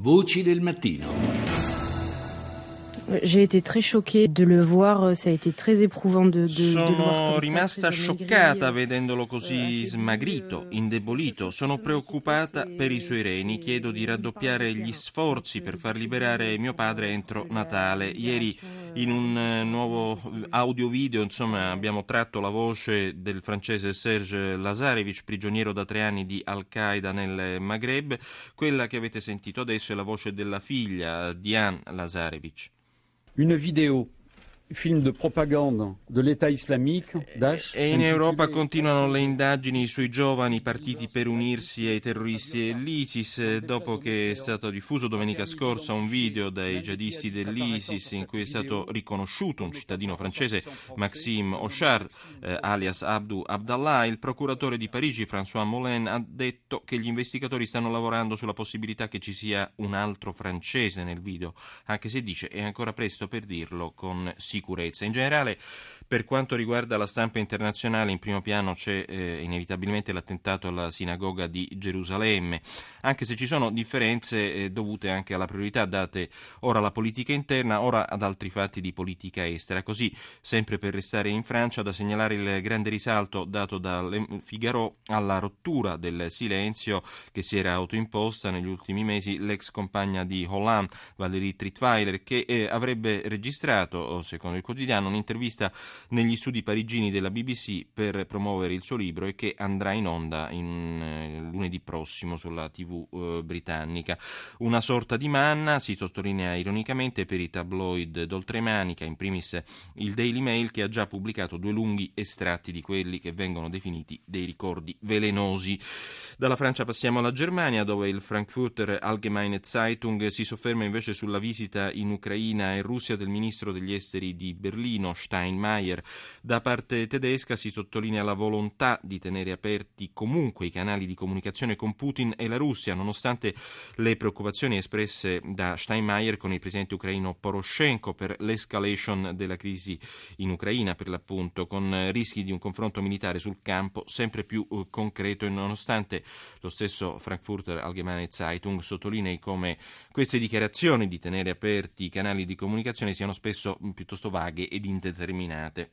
Voci del mattino. J'ai été très choquée de le voir, ça a été très éprouvant de le voir Sono comme ça, rimasta très amaigri, scioccata vedendolo così smagrito, indebolito. Sono preoccupata per i suoi reni. Chiedo di raddoppiare gli sforzi per far liberare mio padre entro Natale. Ieri in un nuovo audio-video, insomma, abbiamo tratto la voce del francese Serge Lazarevic, prigioniero da 3 anni di Al-Qaeda nel Maghreb. Quella che avete sentito adesso è la voce della figlia, Diane Lazarevic. Une vidéo, film de propagande de l'État islamique, Daesh. E in Europa continuano le indagini sui giovani partiti per unirsi ai terroristi dell'ISIS, dopo che è stato diffuso domenica scorsa un video dai jihadisti dell'ISIS in cui è stato riconosciuto un cittadino francese, Maxime Ochard, alias Abdou Abdallah. Il procuratore di Parigi, François Molin, ha detto che gli investigatori stanno lavorando sulla possibilità che ci sia un altro francese nel video, anche se dice è ancora presto per dirlo con sicurezza. In generale, per quanto riguarda la stampa internazionale, in primo piano c'è inevitabilmente l'attentato alla sinagoga di Gerusalemme, anche se ci sono differenze dovute anche alla priorità date ora alla politica interna, ora ad altri fatti di politica estera. Così, sempre per restare in Francia, da segnalare il grande risalto dato da Figaro alla rottura del silenzio che si era autoimposta negli ultimi mesi l'ex compagna di Hollande, Valérie Trierweiler, che avrebbe registrato, secondo il quotidiano, un'intervista negli studi parigini della BBC per promuovere il suo libro e che andrà in onda lunedì prossimo sulla TV britannica. Una sorta di manna, si sottolinea ironicamente, per i tabloid d'oltremanica, in primis il Daily Mail, che ha già pubblicato 2 lunghi estratti di quelli che vengono definiti dei ricordi velenosi. Dalla Francia passiamo alla Germania, dove il Frankfurter Allgemeine Zeitung si sofferma invece sulla visita in Ucraina e Russia del ministro degli esteri di Berlino, Steinmeier. Da parte tedesca si sottolinea la volontà di tenere aperti comunque i canali di comunicazione con Putin e la Russia, nonostante le preoccupazioni espresse da Steinmeier con il presidente ucraino Poroshenko per l'escalation della crisi in Ucraina, per l'appunto, con rischi di un confronto militare sul campo sempre più concreto, e nonostante lo stesso Frankfurter Allgemeine Zeitung sottolinei come queste dichiarazioni di tenere aperti i canali di comunicazione siano spesso piuttosto vaghe ed indeterminate.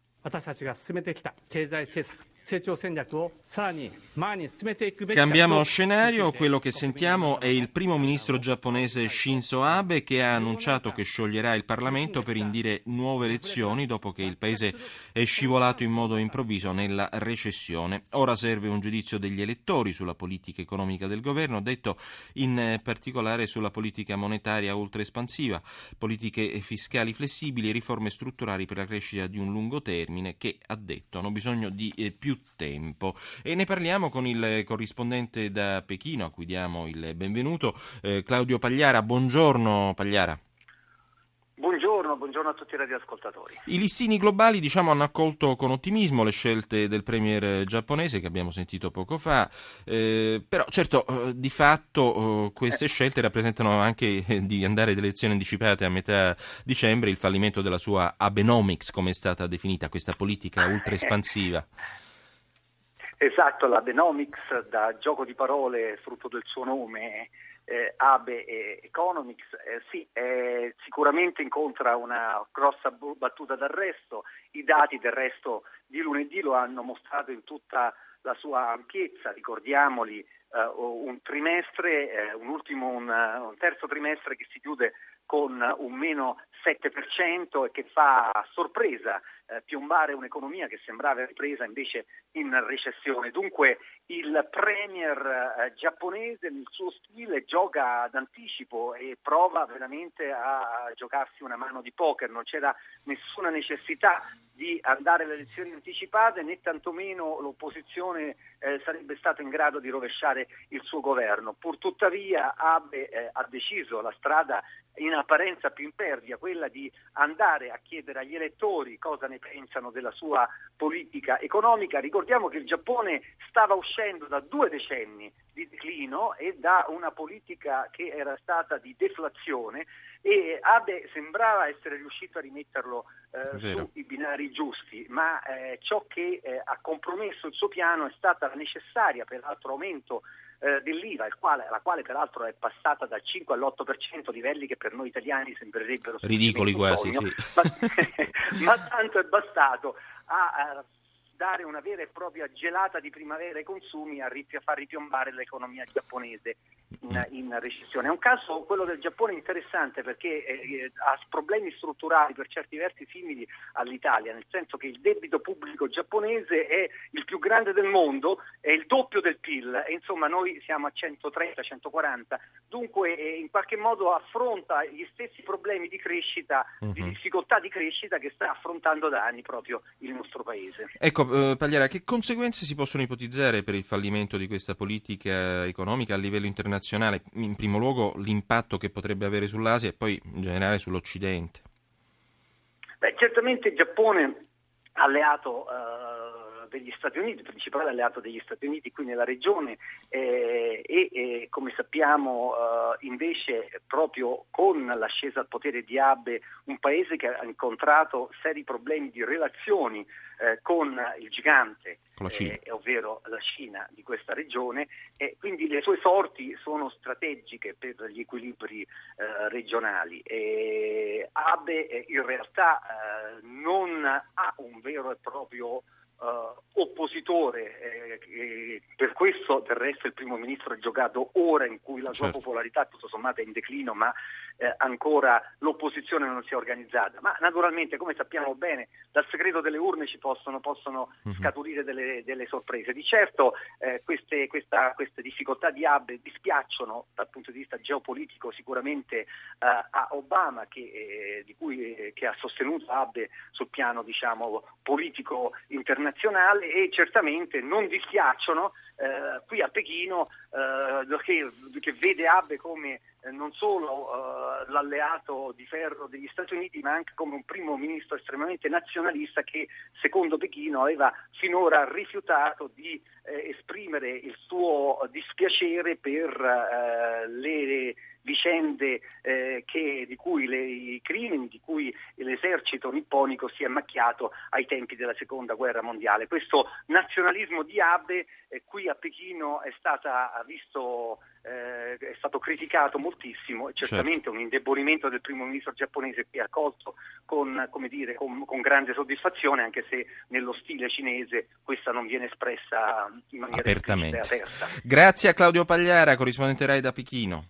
Cambiamo scenario. Quello che sentiamo è il primo ministro giapponese Shinzo Abe, che ha annunciato che scioglierà il Parlamento per indire nuove elezioni dopo che il paese è scivolato in modo improvviso nella recessione. Ora serve un giudizio degli elettori sulla politica economica del governo, detto in particolare sulla politica monetaria ultraespansiva, politiche fiscali flessibili e riforme strutturali per la crescita di un lungo termine che, ha detto, hanno bisogno di più tempo. E ne parliamo con il corrispondente da Pechino, a cui diamo il benvenuto, Claudio Pagliara. Buongiorno Pagliara. Buongiorno a tutti i radioascoltatori. I listini globali, hanno accolto con ottimismo le scelte del premier giapponese che abbiamo sentito poco fa, però certo di fatto queste scelte rappresentano anche di andare ad elezioni anticipate a metà dicembre il fallimento della sua Abenomics, come è stata definita questa politica ultra espansiva. Esatto, l'Abenomics, da gioco di parole frutto del suo nome, Abe e Economics, sicuramente incontra una grossa battuta d'arresto. I dati del resto di lunedì lo hanno mostrato in tutta la sua ampiezza, ricordiamoli, un trimestre, un terzo trimestre che si chiude con un meno 7% e che fa a sorpresa piombare un'economia che sembrava ripresa invece in recessione. Dunque il premier giapponese nel suo stile gioca d'anticipo e prova veramente a giocarsi una mano di poker. Non c'era nessuna necessità di andare alle elezioni anticipate, né tantomeno l'opposizione sarebbe stata in grado di rovesciare il suo governo. Purtuttavia Abe ha deciso la strada in apparenza più impervia, quella di andare a chiedere agli elettori cosa ne pensano della sua politica economica. Ricordiamo che il Giappone stava uscendo da 2 decenni di declino e da una politica che era stata di deflazione, e Abe sembrava essere riuscito a rimetterlo sui binari giusti, ma ciò che ha compromesso il suo piano è stata la necessaria, peraltro, aumento dell'IVA, la quale peraltro è passata dal 5 all'8%, livelli che per noi italiani sembrerebbero ridicoli quasi, sogno, sì. ma tanto è bastato a dare una vera e propria gelata di primavera ai consumi, a far ripiombare l'economia giapponese in recessione. È un caso, quello del Giappone, interessante perché ha problemi strutturali per certi versi simili all'Italia, nel senso che il debito pubblico giapponese è il più grande del mondo, è il doppio del PIL, e insomma noi siamo a 130-140, dunque in qualche modo affronta gli stessi problemi di crescita, di difficoltà di crescita che sta affrontando da anni proprio il nostro paese. Ecco, Pagliara, che conseguenze si possono ipotizzare per il fallimento di questa politica economica a livello internazionale? In primo luogo l'impatto che potrebbe avere sull'Asia e poi in generale sull'Occidente. Certamente il Giappone, alleato degli Stati Uniti, principale alleato degli Stati Uniti qui nella regione, e come sappiamo invece proprio con l'ascesa al potere di Abe, un paese che ha incontrato seri problemi di relazioni con il gigante, ovvero la Cina di questa regione, e quindi le sue sorti sono strategiche per gli equilibri regionali. Abe in realtà non ha un vero e proprio oppositore, per questo del resto il primo ministro ha giocato ora in cui la sua popolarità tutto sommato è in declino, ma ancora l'opposizione non si è organizzata. Ma naturalmente, come sappiamo bene, dal segreto delle urne ci possono scaturire delle sorprese. Di certo queste difficoltà di Abe dispiacciono dal punto di vista geopolitico sicuramente a Obama, che ha sostenuto Abe sul piano politico internazionale, e certamente non dispiacciono qui a Pechino, che vede Abe come non solo l'alleato di ferro degli Stati Uniti, ma anche come un primo ministro estremamente nazionalista che, secondo Pechino, aveva finora rifiutato di esprimere il suo dispiacere per le vicende i crimini di cui l'esercito nipponico si è macchiato ai tempi della seconda guerra mondiale. Questo nazionalismo di Abe qui a Pechino è stato criticato moltissimo, e certamente un indebolimento del primo ministro giapponese qui accolto con grande soddisfazione, anche se nello stile cinese questa non viene espressa in maniera apertamente aperta. Grazie a Claudio Pagliara, corrispondente Rai da Pechino.